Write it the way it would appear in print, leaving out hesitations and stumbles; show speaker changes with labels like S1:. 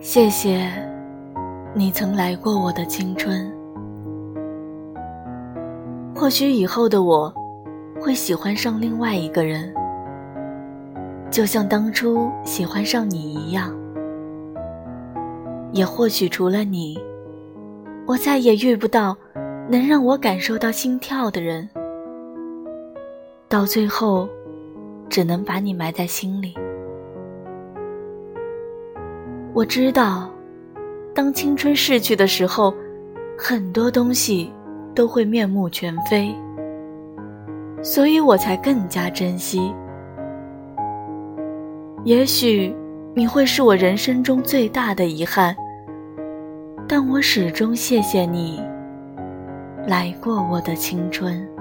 S1: 谢谢你曾来过我的青春。或许以后的我会喜欢上另外一个人，就像当初喜欢上你一样。也或许除了你，我再也遇不到能让我感受到心跳的人，到最后只能把你埋在心里。我知道当青春逝去的时候，很多东西都会面目全非，所以我才更加珍惜。也许你会是我人生中最大的遗憾，但我始终谢谢你来过我的青春。